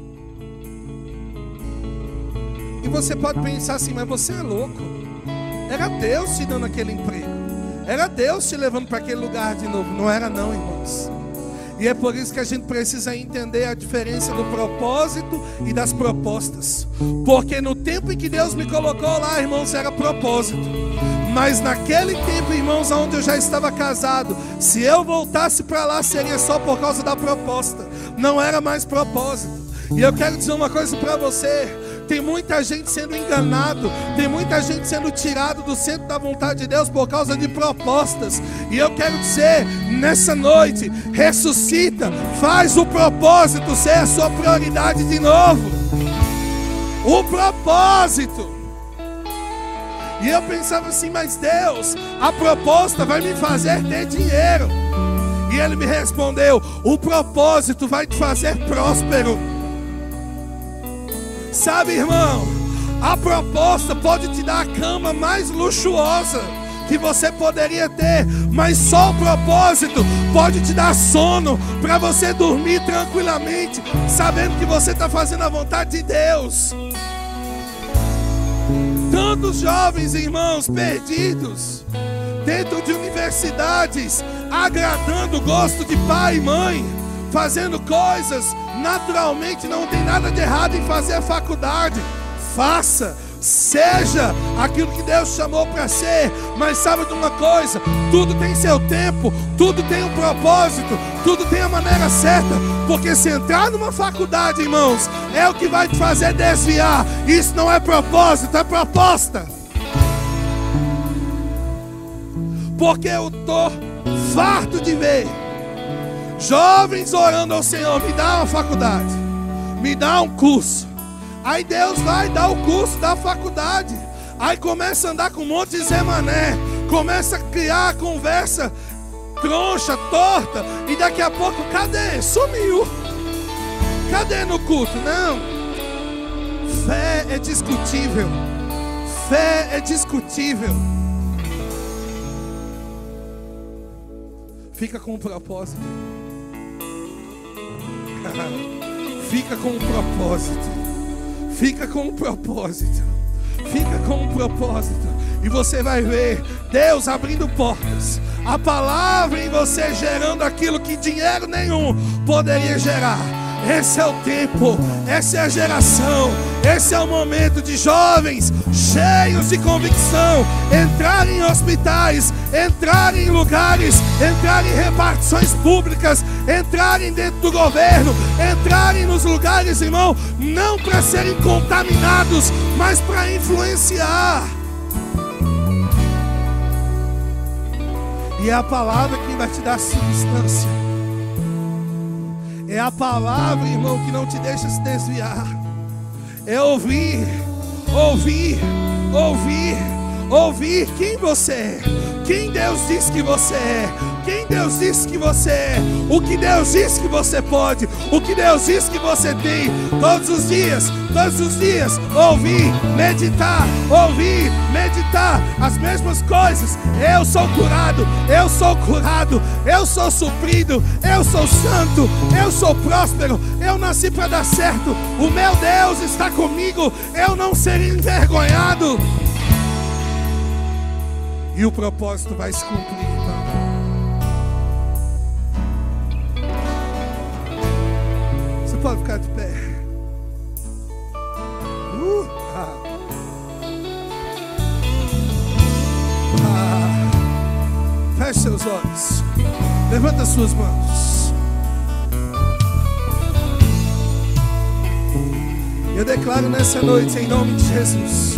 E você pode pensar assim: mas você é louco. Era Deus te dando aquele emprego, era Deus te levando para aquele lugar de novo. Não era não, irmãos. E é por isso que a gente precisa entender a diferença do propósito e das propostas. Porque no tempo em que Deus me colocou lá, irmãos, era propósito. Mas naquele tempo, irmãos, onde eu já estava casado, se eu voltasse para lá, seria só por causa da proposta. Não era mais propósito. E eu quero dizer uma coisa para você: tem muita gente sendo enganado, tem muita gente sendo tirado do centro da vontade de Deus por causa de propostas. E eu quero dizer, nessa noite, ressuscita, faz o propósito ser a sua prioridade de novo. O propósito. E eu pensava assim: mas Deus, a proposta vai me fazer ter dinheiro. E Ele me respondeu: o propósito vai te fazer próspero. Sabe, irmão, a proposta pode te dar a cama mais luxuosa que você poderia ter, mas só o propósito pode te dar sono para você dormir tranquilamente, sabendo que você está fazendo a vontade de Deus. Tantos jovens, irmãos, perdidos dentro de universidades, agradando o gosto de pai e mãe, fazendo coisas. Naturalmente não tem nada de errado em fazer a faculdade. Faça, seja aquilo que Deus chamou para ser. Mas sabe de uma coisa? Tudo tem seu tempo, tudo tem um propósito, tudo tem a maneira certa. Porque se entrar numa faculdade, irmãos, é o que vai te fazer desviar. Isso não é propósito, é proposta. Porque eu estou farto de ver jovens orando ao Senhor: me dá uma faculdade, me dá um curso. Aí Deus vai dar o curso da faculdade. Aí começa a andar com um monte de Zé Mané. Começa a criar a conversa troncha, torta. E daqui a pouco, cadê? Sumiu. Cadê no culto? Não. Fé é discutível. Fé é discutível. Fica com um propósito. Fica com um propósito. Fica com um propósito. Fica com um propósito. E você vai ver Deus abrindo portas. A palavra em você gerando aquilo que dinheiro nenhum poderia gerar. Esse é o tempo, essa é a geração, esse é o momento de jovens cheios de convicção entrarem em hospitais, entrarem em lugares, entrarem em repartições públicas, entrarem dentro do governo, entrarem nos lugares, irmão, não para serem contaminados, mas para influenciar. E é a palavra que vai te dar substância. É a palavra, irmão, que não te deixa se desviar. É ouvir, ouvir, ouvir, ouvir quem você é. Quem Deus diz que você é. Quem Deus diz que você é. O que Deus diz que você pode. O que Deus diz que você tem. Todos os dias, ouvir, meditar, ouvir, meditar as mesmas coisas. Eu sou curado, eu sou curado, eu sou suprido, eu sou santo, eu sou próspero, eu nasci para dar certo. O meu Deus está comigo, eu não serei envergonhado. E o propósito vai se cumprir, irmão. Você pode ficar de pé. Feche seus olhos. Levanta suas mãos. Eu declaro nessa noite, em nome de Jesus,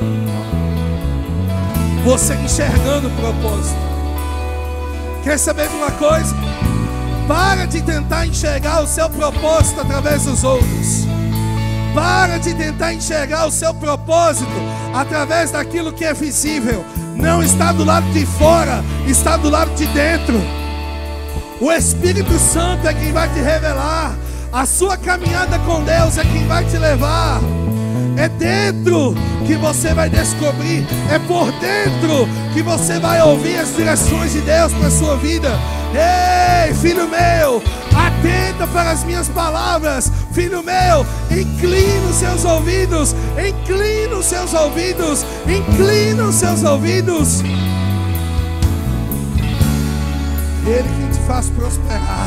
você enxergando o propósito. Quer saber de uma coisa? Para de tentar enxergar o seu propósito através dos outros. Para de tentar enxergar o seu propósito através daquilo que é visível. Não está do lado de fora, está do lado de dentro. O Espírito Santo é quem vai te revelar. A sua caminhada com Deus é quem vai te levar. É dentro que você vai descobrir. É por dentro que você vai ouvir as direções de Deus para a sua vida. Ei, filho meu, atenta para as minhas palavras. Filho meu, inclina os seus ouvidos. Inclina os seus ouvidos. Inclina os seus ouvidos. Ele quem te faz prosperar.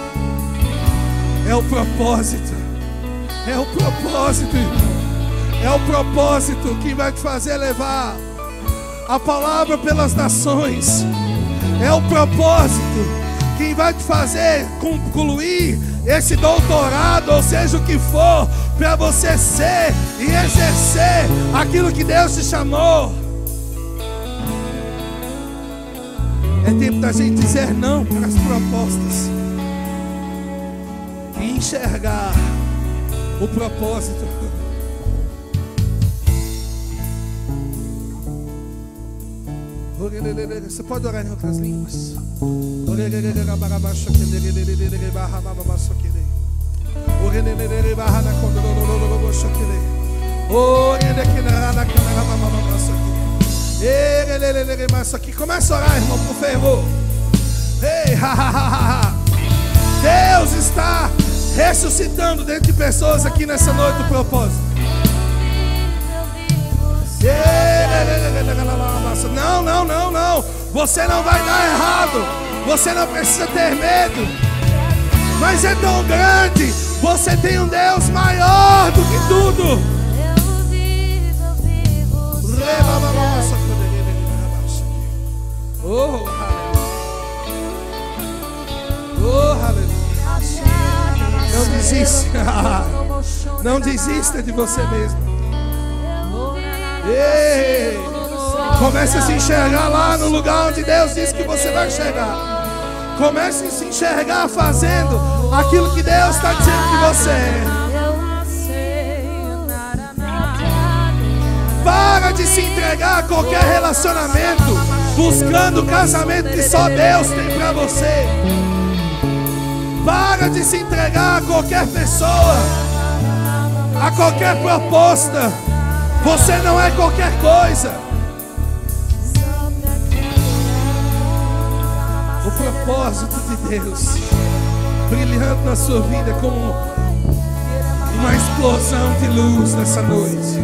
É o propósito. É o propósito, irmão. É o propósito que vai te fazer levar a palavra pelas nações. É o propósito que vai te fazer concluir esse doutorado, ou seja o que for, para você ser e exercer aquilo que Deus te chamou. É tempo da gente dizer não para as propostas e enxergar o propósito. Você pode orar em outras línguas. Começa a orar, irmão, por fervor. Deus está ressuscitando dentro de pessoas aqui nessa noite o propósito. Não, não, não, não. Você não vai dar errado. Você não precisa ter medo. Mas é tão grande. Você tem um Deus maior do que tudo. Oh, aleluia. Não desista. Não desista de você mesmo. Ei, comece a se enxergar lá no lugar onde Deus disse que você vai chegar. Comece a se enxergar fazendo aquilo que Deus está dizendo que você é. Para de se entregar a qualquer relacionamento, buscando o casamento que só Deus tem para você. Para de se entregar a qualquer pessoa, a qualquer proposta. Você não é qualquer coisa. O propósito de Deus brilhando na sua vida como uma explosão de luz nessa noite.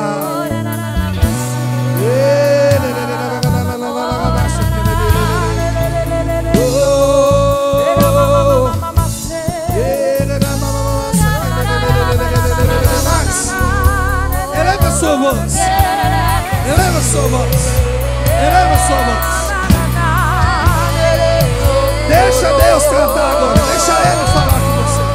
Eleva sua voz. Eleva sua voz. Eleva sua voz. Deixa Deus tratar agora. Deixa Ele falar com você.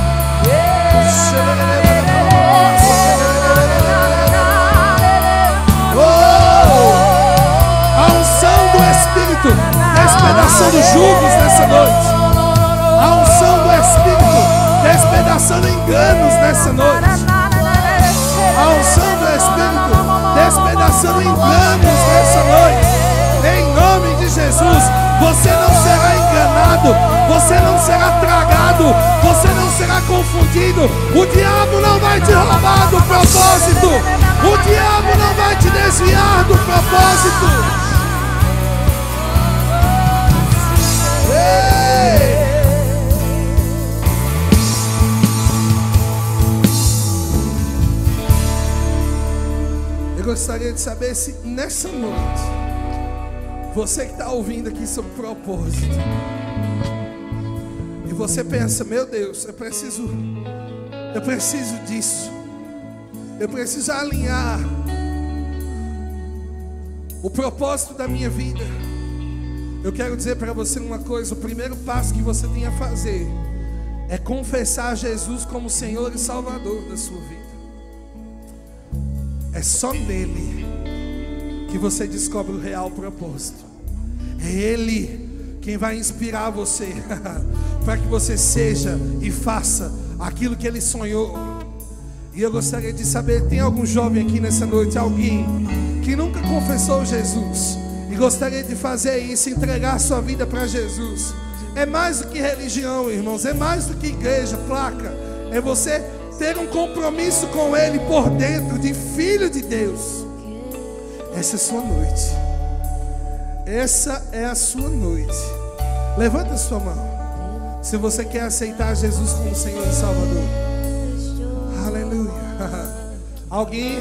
A unção do Espírito despedaçando julgos nessa noite. A unção do Espírito despedaçando enganos nessa noite. A unção do Espírito despedaçando enganos nessa noite. Em nome de Jesus, você não será enganado, você não será tragado, você não será confundido. O diabo não vai te roubar do propósito. O diabo não vai te desviar do propósito. Ei! Eu gostaria de saber se nessa noite, você que está ouvindo aqui sobre propósito, e você pensa, meu Deus, eu preciso disso, eu preciso alinhar o propósito da minha vida. Eu quero dizer para você uma coisa: o primeiro passo que você tem a fazer é confessar Jesus como Senhor e Salvador da sua vida. É só nele que você descobre o real propósito. É Ele quem vai inspirar você para que você seja e faça aquilo que Ele sonhou. E eu gostaria de saber, tem algum jovem aqui nessa noite, alguém que nunca confessou Jesus e gostaria de fazer isso, entregar sua vida para Jesus? É mais do que religião, irmãos, é mais do que igreja, placa. É você ter um compromisso com Ele por dentro, de filho de Deus. Essa é a sua noite. Essa é a sua noite. Levanta a sua mão se você quer aceitar Jesus como Senhor e Salvador. Aleluia. Alguém?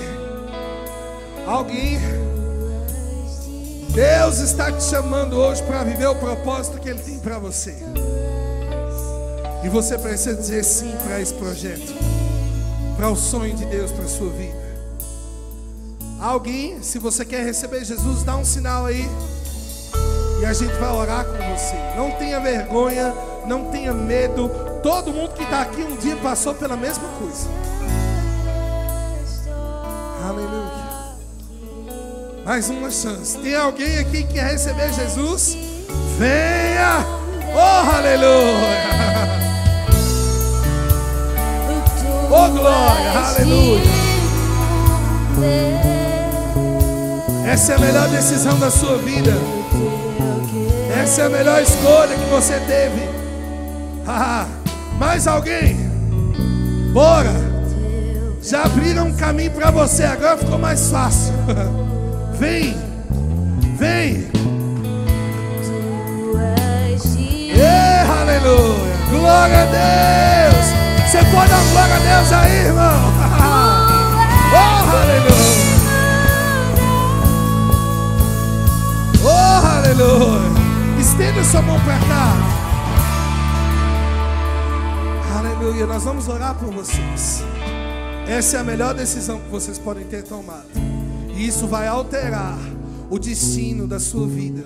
Deus está te chamando hoje para viver o propósito que Ele tem para você. E você precisa dizer sim para esse projeto, para o sonho de Deus para a sua vida. Alguém, se você quer receber Jesus, dá um sinal aí e a gente vai orar com você. Não tenha vergonha, não tenha medo. Todo mundo que está aqui um dia passou pela mesma coisa. Aleluia. Mais uma chance. Tem alguém aqui que quer receber Jesus? Venha! Oh, aleluia! Oh, glória! Aleluia! Essa é a melhor decisão da sua vida. Essa é a melhor escolha que você teve. Mais alguém? Bora! Já abriram um caminho para você, agora ficou mais fácil. Vem! Aleluia! Glória a Deus! Você pode dar glória a Deus aí, irmão? Oh, aleluia! Oh, aleluia! Estenda sua mão para cá. Aleluia! Nós vamos orar por vocês. Essa é a melhor decisão que vocês podem ter tomado. E isso vai alterar o destino da sua vida.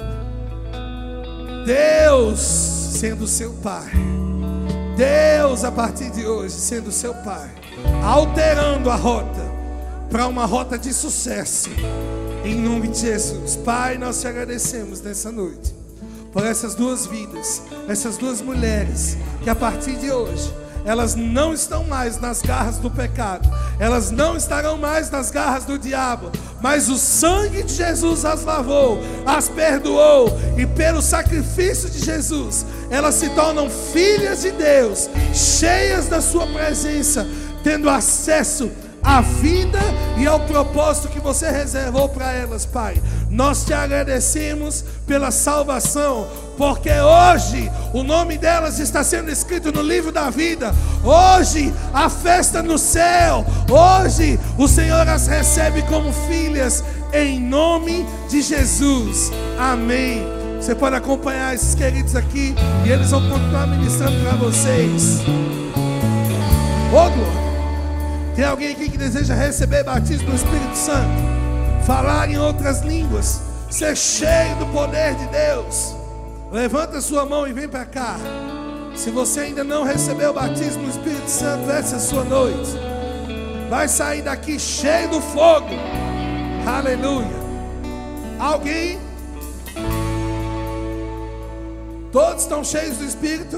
Deus sendo seu Pai. Deus a partir de hoje sendo seu Pai, alterando a rota para uma rota de sucesso. Em nome de Jesus. Pai, nós te agradecemos nessa noite por essas duas vidas, essas duas mulheres que a partir de hoje elas não estão mais nas garras do pecado, elas não estarão mais nas garras do diabo, mas o sangue de Jesus as lavou, as perdoou, e pelo sacrifício de Jesus, elas se tornam filhas de Deus, cheias da sua presença, tendo acesso à vida e ao propósito que você reservou para elas, Pai. Nós te agradecemos pela salvação, porque hoje o nome delas está sendo escrito no livro da vida. Hoje a festa no céu. Hoje o Senhor as recebe como filhas, em nome de Jesus. Amém. Você pode acompanhar esses queridos aqui e eles vão continuar ministrando para vocês. Ô glória. Tem alguém aqui que deseja receber batismo do Espírito Santo, falar em outras línguas, ser cheio do poder de Deus? Levanta a sua mão e vem para cá. Se você ainda não recebeu o batismo do Espírito Santo, essa é a sua noite. Vai sair daqui cheio do fogo. Aleluia. Alguém? Todos estão cheios do Espírito?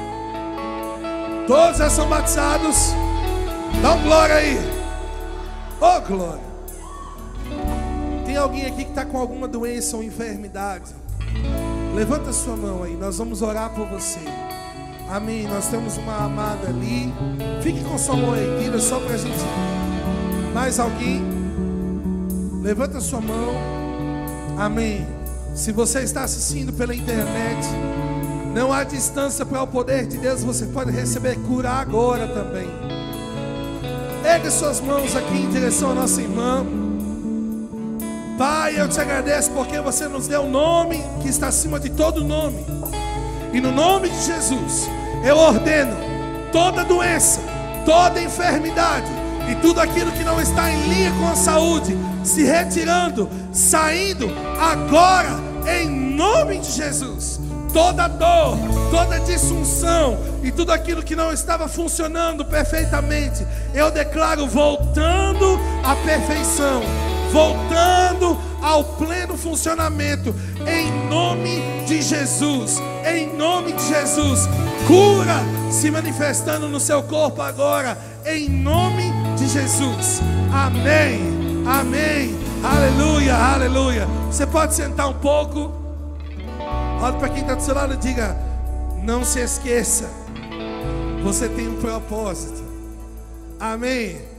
Todos já são batizados? Dá um glória aí. Oh glória. Tem alguém aqui que está com alguma doença ou enfermidade? Levanta a sua mão aí, nós vamos orar por você. Amém. Nós temos uma amada ali. Fique com sua mão erguida só para a gente. Mais alguém? Levanta a sua mão. Amém. Se você está assistindo pela internet, não há distância para o poder de Deus. Você pode receber cura agora também. Ergue suas mãos aqui em direção à nossa irmã. Pai, eu te agradeço porque você nos deu um nome que está acima de todo nome. E no nome de Jesus, eu ordeno toda doença, toda enfermidade e tudo aquilo que não está em linha com a saúde, se retirando, saindo agora, em nome de Jesus. Toda dor, toda disfunção e tudo aquilo que não estava funcionando perfeitamente, eu declaro voltando à perfeição, voltando ao pleno funcionamento, em nome de Jesus. Em nome de Jesus, cura se manifestando no seu corpo agora, em nome de Jesus. Amém, amém, aleluia, aleluia. Você pode sentar um pouco. Olha para quem está do seu lado e diga: não se esqueça, você tem um propósito. Amém.